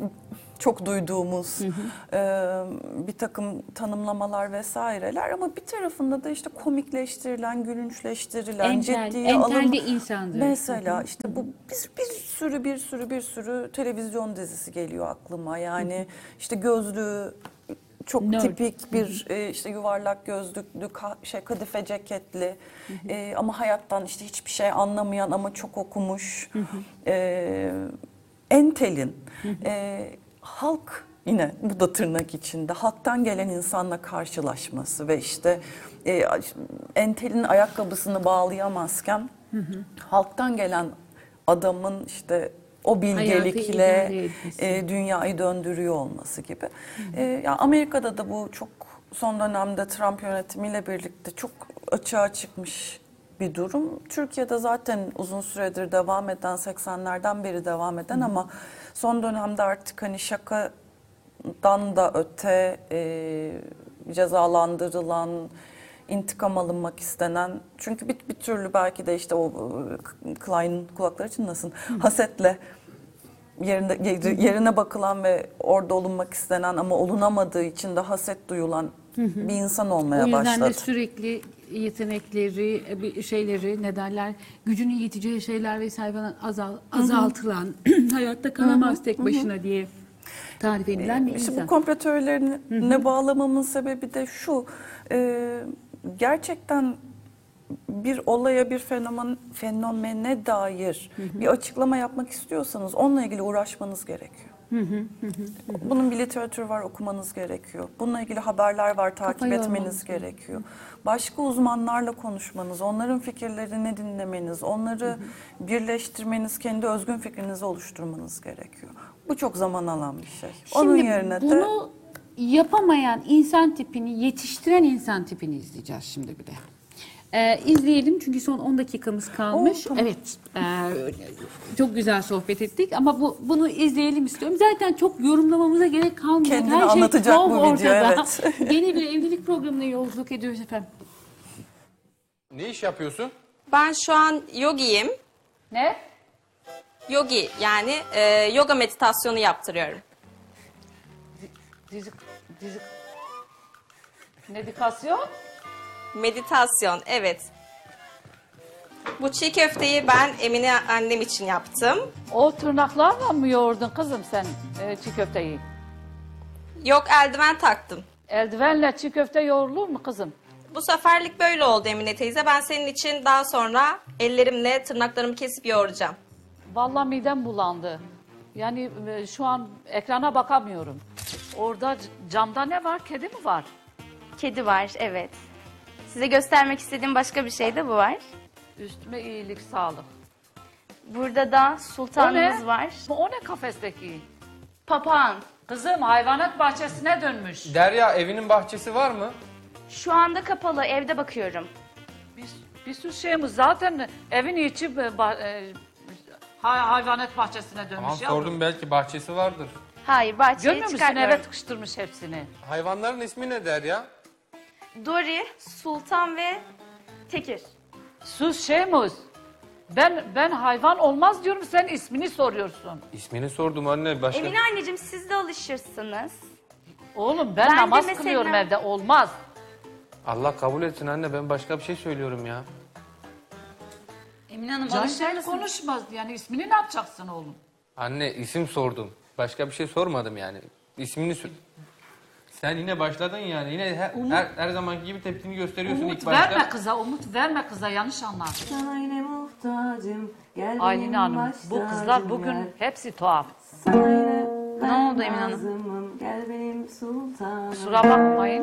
çok duyduğumuz hı hı. E, bir takım tanımlamalar vesaireler, ama bir tarafında da işte komikleştirilen, gülünçleştirilen, Entel, ciddiye entel alın. de insandır. Mesela Hı hı. işte bu bir, bir sürü bir sürü bir sürü televizyon dizisi geliyor aklıma. Yani hı hı. işte gözlüğü çok Nerd. tipik bir e, işte yuvarlak gözlüklü, ka, şey kadife ceketli hı hı. E, ama hayattan işte hiçbir şey anlamayan ama çok okumuş hı hı. E, entelin hı hı. E, halk, yine bu da tırnak içinde, halktan gelen insanla karşılaşması ve işte e, entelin ayakkabısını bağlayamazken hı hı. halktan gelen adamın işte o bilgelikle e, dünyayı döndürüyor olması gibi. Hı hı. E, yani Amerika'da da bu çok son dönemde Trump yönetimiyle birlikte çok açığa çıkmış bir durum. Türkiye'de zaten uzun süredir devam eden, seksenlerden beri devam eden, hı hı. ama son dönemde artık hani şakadan da öte e, cezalandırılan, intikam alınmak istenen, çünkü bir, bir türlü belki de işte o Klein kulakları çınlasın, hasetle yerine, yerine bakılan ve orada olunmak istenen ama olunamadığı için de haset duyulan hı hı. bir insan olmaya başladı. O yüzden başladı. De sürekli yetenekleri, bir şeyleri, ne derler, gücünün yeteceği şeyler vesaire falan azal, azaltılan, hayatta kalamaz hı hı. tek başına hı hı. diye tarif edilen bir işte insan. Bu komplo teorilerine bağlamamın sebebi de şu, e, gerçekten bir olaya, bir fenomen, fenomene dair hı hı. bir açıklama yapmak istiyorsanız onunla ilgili uğraşmanız gerekiyor. Hı hı, hı hı. Bunun bir literatürü var, okumanız gerekiyor. Bununla ilgili haberler var, takip Kafayı etmeniz gerekiyor. Başka uzmanlarla konuşmanız, onların fikirlerini dinlemeniz, onları hı hı. birleştirmeniz, kendi özgün fikrinizi oluşturmanız gerekiyor. Bu çok zaman alan bir şey. Şimdi onun yerine bunu de yapamayan insan tipini, yetiştiren insan tipini izleyeceğiz şimdi bir de. Ee, izleyelim çünkü son on dakikamız kalmış. Oo, tamam. Evet, e, çok güzel sohbet ettik ama bu bunu izleyelim istiyorum. Zaten çok yorumlamamıza gerek kalmıyor. Kendini Her şey anlatacak çok bu video, ortada. evet. Yeni bir evlilik programına yolculuk ediyoruz efendim. Ne iş yapıyorsun? Ben şu an yogiyim. Ne? Yogi, yani e, yoga meditasyonu yaptırıyorum. Dizik, dizik. Medikasyon? Meditasyon, evet. Bu çiğ köfteyi ben Emine annem için yaptım. O tırnaklarla mı yoğurdun kızım sen e, çiğ köfteyi? Yok, eldiven taktım. Eldivenle çiğ köfte yoğrulur mu kızım? Bu seferlik böyle oldu Emine teyze. Ben senin için daha sonra ellerimle tırnaklarımı kesip yoğuracağım. Vallahi midem bulandı. Yani e, şu an ekrana bakamıyorum. Orada c- camda ne var? Kedi mi var? Kedi var, evet. Size göstermek istediğim başka bir şey de bu var. Üstüme iyilik, sağlık. Burada da sultanımız var. Bu o ne kafesteki? Papağan. Kızım hayvanat bahçesine dönmüş. Derya, evinin bahçesi var mı? Şu anda kapalı, evde bakıyorum. Bir, bir sürü şeyimiz zaten evin içi e, ba- e, hay- hayvanat bahçesine dönmüş. Tamam, yavrum. sordum, belki bahçesi vardır. Hayır, bahçeye Görmüyor musun, çıkartmıyorum. eve tıkıştırmış hepsini. Hayvanların ismi ne Derya? Dori, Sultan ve Tekir. Sus Şeymuz. Ben ben hayvan olmaz diyorum, sen ismini soruyorsun. İsmini sordum anne, başka... Emine anneciğim, siz de alışırsınız. Oğlum ben, Ben de namaz mesela- kılıyorum evde, olmaz. Allah kabul etsin anne, ben başka bir şey söylüyorum ya. Emine Hanım, Can sen konuşmaz, yani ismini ne yapacaksın oğlum? Anne, isim sordum. Başka bir şey sormadım yani. İsmini sor... Sen yine başladın yani. Yine her, Umut- her, her zamanki gibi tepkini gösteriyorsun Umut ilk başta. verme kıza, umut verme kıza, yanlış anlar. Sana yine muhtacım. Gel Aylin benim Hanım, baş bu kızlar tacım bugün gel. hepsi tuhaf. Sana yine Ne oldu Emin Hanım? Nazımım, gel benim sultanım. Kusura bakmayın.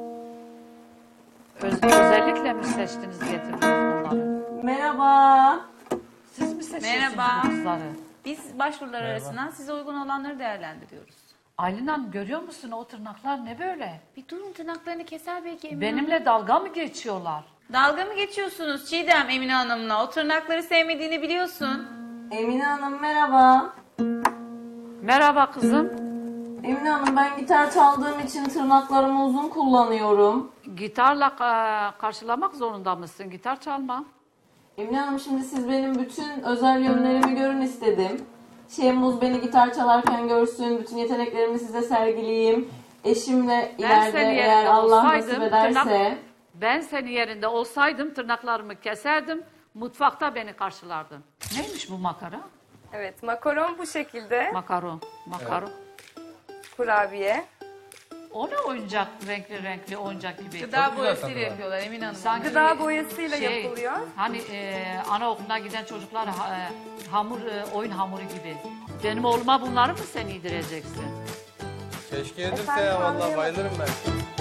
Öz- özellikle mi seçtiniz getirdiniz bunları? Merhaba. Siz mi seçiyorsunuz Merhaba. bu kızları? Biz başvurular arasından size uygun olanları değerlendiriyoruz. Aylin Hanım görüyor musun o tırnaklar ne böyle? Bir durun, tırnaklarını keser belki Emine Benimle dalga mı geçiyorlar? Dalga mı geçiyorsunuz Çiğdem Emine Hanım'la? O tırnakları sevmediğini biliyorsun. Emine Hanım merhaba. Merhaba kızım. Emine Hanım ben gitar çaldığım için tırnaklarımı uzun kullanıyorum. Gitarla ka- karşılamak zorunda mısın? Gitar çalma. Emine Hanım şimdi siz benim bütün özel yönlerimi görün istedim. Şemuz beni gitar çalarken görsün, bütün yeteneklerimi size sergileyeyim. Eşimle Ben ileride senin eğer yerinde Allah olsaydım, nasip ederse... tırnak- ben senin yerinde olsaydım tırnaklarımı keserdim, mutfakta beni karşılardın. Neymiş bu makara? Evet, makaron bu şekilde. Makaron, makaron. Kurabiye. O ne oyuncak, renkli renkli oyuncak gibi. Gıda boyasıyla yapıyorlar Emine Hanım. Sanki Gıda boyasıyla şey, yapılıyor. Hani e, anaokuluna giden çocuklar ha- e, hamur, e, oyun hamuru gibi. Benim oğluma bunları mı sen yedireceksin? Keşke yedirse ya vallahi bayılırım ben.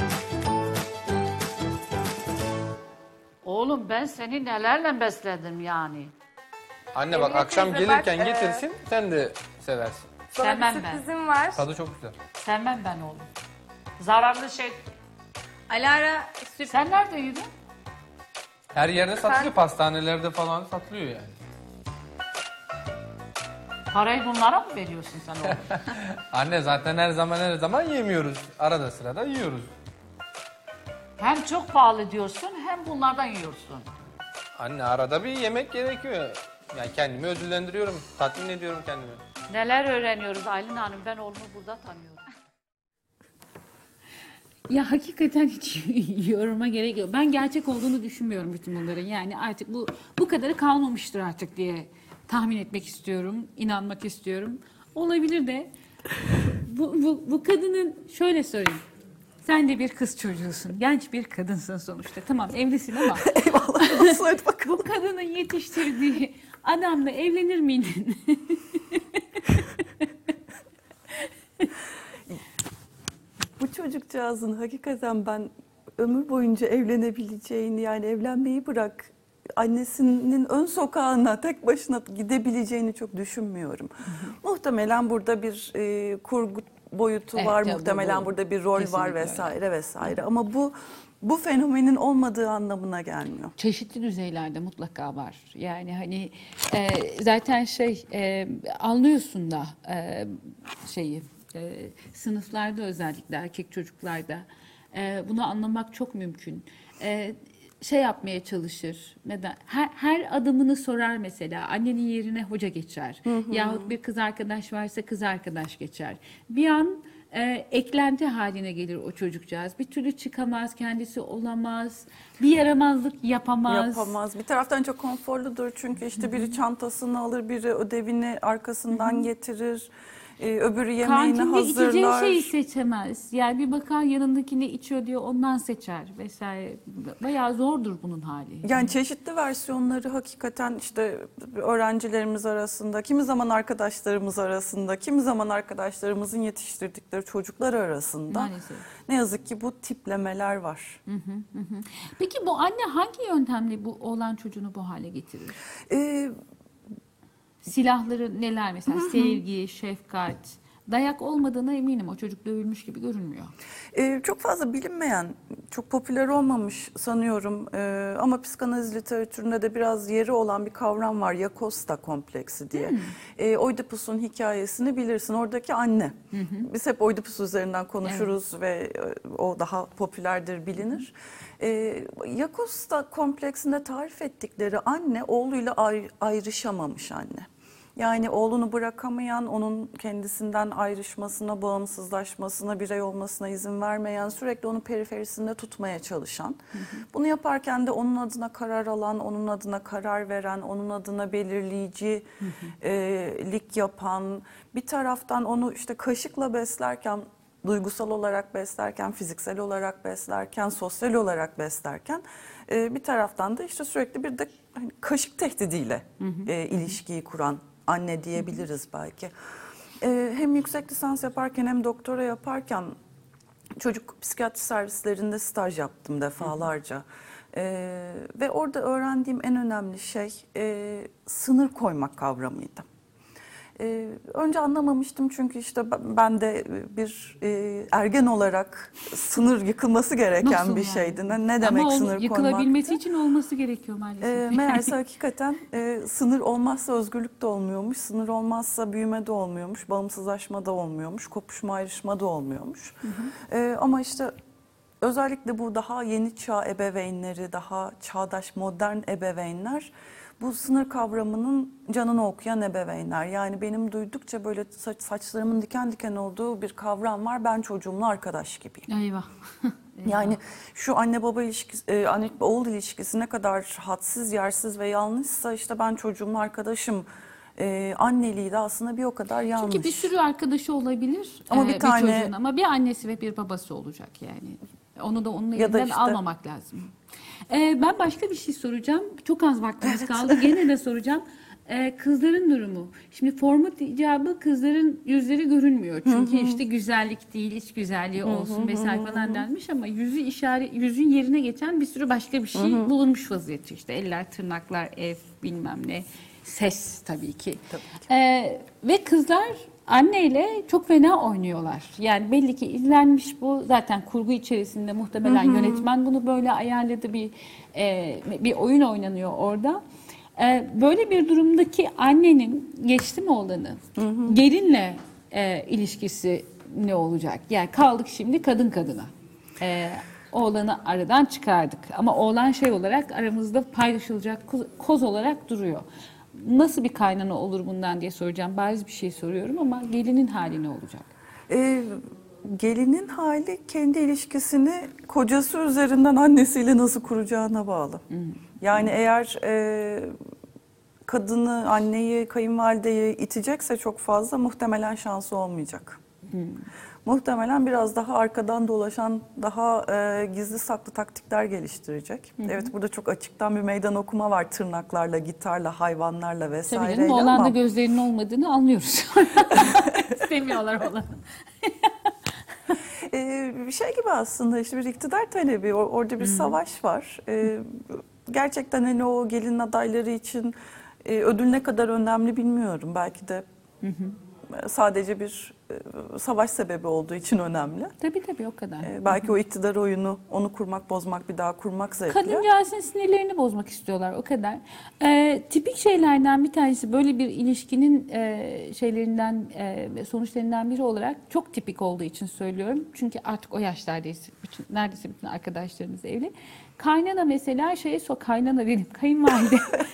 Oğlum ben seni nelerle besledim yani. Anne bak Emine akşam teyze, gelirken bak, e, getirsin sen de seversin. Sana Sevmem bir ben. sürprizim var. Tadı çok güzel. Sevmem ben oğlum. Zararlı şey. Alara sürpriz. Sen nerede yedin? Her yerde satılıyor, pastanelerde falan satılıyor yani. Parayı bunlara mı veriyorsun sen oğlum? Anne zaten her zaman her zaman yemiyoruz. Arada sırada yiyoruz. Hem çok pahalı diyorsun hem bunlardan yiyorsun. Anne arada bir yemek gerekiyor. Yani kendimi ödüllendiriyorum, tatmin ediyorum kendimi. Neler öğreniyoruz Aylin Hanım, ben oğlumu burada tanıyorum. Ya hakikaten hiç yoruma gerek yok. Ben gerçek olduğunu düşünmüyorum bütün bunların. Yani artık bu bu kadarı kalmamıştır artık diye tahmin etmek istiyorum, inanmak istiyorum. Olabilir de bu, bu, bu kadının şöyle söyleyeyim. Sen de bir kız çocuğusun. Genç bir kadınsın sonuçta. Tamam evlisin ama Eyvallah. Söyle bakalım. bu kadının yetiştirdiği adamla evlenir miydin? Bu çocukcağızın hakikaten ben ömür boyunca evlenebileceğini, yani evlenmeyi bırak, annesinin ön sokağına tek başına gidebileceğini çok düşünmüyorum. Muhtemelen burada bir e, kurgu boyutu Evet, var, ya, bu- muhtemelen bu- burada bir rol var kesinlikle vesaire vesaire. Ama bu bu fenomenin olmadığı anlamına gelmiyor. Çeşitli düzeylerde mutlaka var. Yani hani e, zaten şey e, anlıyorsun da e, şeyi e, sınıflarda özellikle erkek çocuklarda e, bunu anlamak çok mümkün. E, şey yapmaya çalışır. Neden? Her, her adımını sorar mesela. Annenin yerine hoca geçer. Hı hı. Yahut bir kız arkadaş varsa kız arkadaş geçer. Bir an e, eklenti haline gelir o çocukcağız. Bir türlü çıkamaz, kendisi olamaz. Bir yaramazlık yapamaz. Yapamaz. Bir taraftan çok konforludur çünkü işte biri çantasını alır, biri ödevini arkasından getirir. Ee, öbürü yemeğini Kantinde içeceği hazırlar. şeyi seçemez. Yani bir bakar yanındaki ne içiyor diyor ondan seçer vesaire. Bayağı zordur bunun hali. Yani çeşitli versiyonları hakikaten işte öğrencilerimiz arasında, kimi zaman arkadaşlarımız arasında, kimi zaman arkadaşlarımızın yetiştirdikleri çocuklar arasında Maalesef. ne yazık ki bu tiplemeler var. Hı hı, hı. Peki bu anne hangi yöntemle bu oğlan çocuğunu bu hale getirir? Ee, Silahları neler mesela? Sevgi, şefkat. Dayak olmadığına eminim. O çocuk dövülmüş gibi görünmüyor. Ee, çok fazla bilinmeyen, çok popüler olmamış sanıyorum ee, ama psikanaliz literatüründe de biraz yeri olan bir kavram var. Yakosta kompleksi diye. Hmm. Ee, Oidipus'un hikayesini bilirsin. Oradaki anne. Hı hı. Biz hep Oidipus üzerinden konuşuruz evet. ve o daha popülerdir, bilinir. Ee, Yakosta kompleksinde tarif ettikleri anne oğluyla ayrı, ayrışamamış anne. Yani oğlunu bırakamayan, onun kendisinden ayrışmasına, bağımsızlaşmasına, birey olmasına izin vermeyen, sürekli onun periferisinde tutmaya çalışan. Hı hı. Bunu yaparken de onun adına karar alan, onun adına karar veren, onun adına belirleyicilik e, yapan, bir taraftan onu işte kaşıkla beslerken, duygusal olarak beslerken, fiziksel olarak beslerken, sosyal olarak beslerken e, bir taraftan da işte sürekli bir de hani kaşık tehdidiyle hı hı. E, ilişkiyi kuran anne diyebiliriz belki. e, hem yüksek lisans yaparken hem doktora yaparken çocuk psikiyatri servislerinde staj yaptım defalarca. Ee, ve orada öğrendiğim en önemli şey e, sınır koymak kavramıydı. Ee, önce anlamamıştım çünkü işte ben de bir e, ergen olarak sınır yıkılması gereken Nasıl bir yani? şeydi. Ne, ne demek Ama sınır o, koymak? yıkılabilmesi için olması gerekiyor maalesef. E, meğerse hakikaten e, sınır olmazsa özgürlük de olmuyormuş, sınır olmazsa büyüme de olmuyormuş, bağımsızlaşma da olmuyormuş, kopuşma ayrışma da olmuyormuş. Hı hı. E, ama işte özellikle bu daha yeni çağ ebeveynleri, daha çağdaş modern ebeveynler bu sınır kavramının canını okuyan ebeveynler. Yani benim duydukça böyle saç, saçlarımın diken diken olduğu bir kavram var. Ben çocuğumla arkadaş gibiyim. Eyvah. Yani şu anne baba ilişkisi, e, anne oğul ilişkisi ne kadar hadsiz, yersiz ve yanlışsa işte ben çocuğumla arkadaşım e, anneliği de aslında bir o kadar yanlış. Çünkü bir sürü arkadaşı olabilir ama e, bir bir tane çocuğun ama bir annesi ve bir babası olacak yani. Onu da onun Ya da elinden işte- almamak lazım. Ee, ben başka bir şey soracağım. Çok az vaktimiz kaldı. Gene de soracağım. Ee, kızların durumu. Şimdi format icabı kızların yüzleri görünmüyor. Çünkü işte güzellik değil, iç güzelliği olsun vesaire falan denmiş ama yüzü işaret, yüzün yerine geçen bir sürü başka bir şey bulunmuş vaziyette. İşte eller, tırnaklar, ev, bilmem ne, ses tabii ki. Tabii ki. Ee, ve kızlar anneyle çok fena oynuyorlar. Yani belli ki izlenmiş bu. Zaten kurgu içerisinde muhtemelen yönetmen bunu böyle ayarladı, bir e, bir oyun oynanıyor orada. E, böyle bir durumdaki annenin geçti mi oğlanı? Gelinle e, ilişkisi ne olacak? Yani kaldık şimdi kadın kadına. E, oğlanı aradan çıkardık. Ama oğlan şey olarak aramızda paylaşılacak koz, koz olarak duruyor. Nasıl bir kaynana olur bundan diye soracağım. Bariz bir şey soruyorum ama gelinin hali ne olacak? E, gelinin hali kendi ilişkisini kocası üzerinden annesiyle nasıl kuracağına bağlı. Yani eğer e, kadını, anneyi, kayınvalideyi itecekse çok fazla muhtemelen şansı olmayacak. Muhtemelen biraz daha arkadan dolaşan, daha e, gizli saklı taktikler geliştirecek. Hı hı. Evet, burada çok açıktan bir meydan okuma var tırnaklarla, gitarla, hayvanlarla vesaireyle. Tabii canım, oğlanda ama gözlerinin olmadığını anlıyoruz. İstemiyorlar oğlanı. Ee, bir şey gibi aslında işte bir iktidar talebi, or- orada bir hmm. savaş var. Ee, gerçekten hani o gelin adayları için e, ödül ne kadar önemli bilmiyorum. Belki de hı hı. sadece bir e, savaş sebebi olduğu için önemli. Tabii tabii o kadar. Ee, belki hı hı. o iktidar oyunu, onu kurmak, bozmak, bir daha kurmak zevkli. Kadıncağızın sinirlerini bozmak istiyorlar, o kadar. Ee, tipik şeylerden bir tanesi, böyle bir ilişkinin e, şeylerinden, e, sonuçlarından biri olarak çok tipik olduğu için söylüyorum. Çünkü artık o yaşlardayız. Bütün, neredeyse bütün arkadaşlarımız evli. Kaynana mesela şeye so kaynana benim kayınvalide.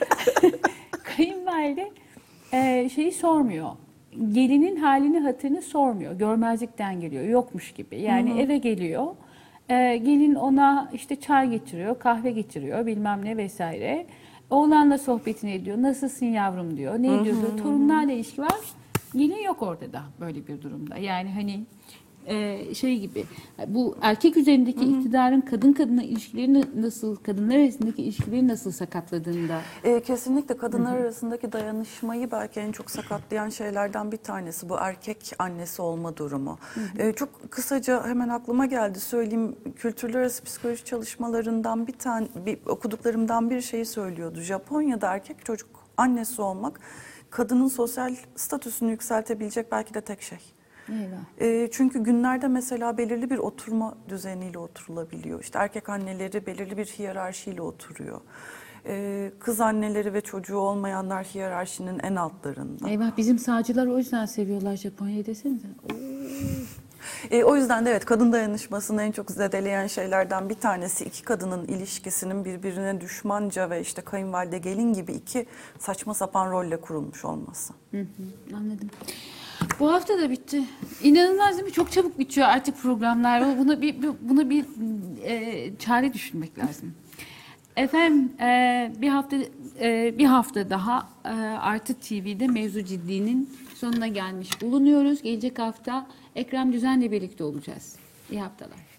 Kayınvalide e, şeyi sormuyor. Gelinin halini hatırını sormuyor. Görmezlikten geliyor. Yokmuş gibi. Yani hı hı. eve geliyor. E, gelin ona işte çay getiriyor, kahve getiriyor, bilmem ne vesaire. Oğlanla sohbetini ediyor. Nasılsın yavrum diyor. Ne ediyor diyor. Torunlarla ilişki var. Gelin yok orada da böyle bir durumda. Yani hani e, şey gibi. Bu erkek üzerindeki hı hı. iktidarın kadın kadına ilişkilerini nasıl, kadınlar arasındaki ilişkileri nasıl sakatladığında. E, kesinlikle kadınlar hı hı. arasındaki dayanışmayı belki en çok sakatlayan şeylerden bir tanesi bu erkek annesi olma durumu. Hı hı. E, çok kısaca hemen aklıma geldi söyleyeyim. Kültürler arası psikoloji çalışmalarından bir tane, bir, okuduklarımdan bir şeyi söylüyordu. Japonya'da erkek çocuk annesi olmak kadının sosyal statüsünü yükseltebilecek belki de tek şey. E, çünkü günlerde mesela belirli bir oturma düzeniyle oturulabiliyor. İşte erkek anneleri belirli bir hiyerarşiyle oturuyor. E, kız anneleri ve çocuğu olmayanlar hiyerarşinin en altlarında. Eyvah, bizim sağcılar o yüzden seviyorlar Japonya'yı desenize. E, o yüzden de evet, kadın dayanışmasını en çok zedeleyen şeylerden bir tanesi iki kadının ilişkisinin birbirine düşmanca ve işte kayınvalide gelin gibi iki saçma sapan rolle kurulmuş olması. Hı hı, anladım. Bu hafta da bitti. İnanılmaz değil mi? Çok çabuk bitiyor artık programlar. Buna bir buna bir e, çare düşünmek lazım. Efendim e, bir hafta e, bir hafta daha e, Artı T V'de Mevzu Ciddi'nin sonuna gelmiş bulunuyoruz. Gelecek hafta Ekrem Düzen'le birlikte olacağız. İyi haftalar.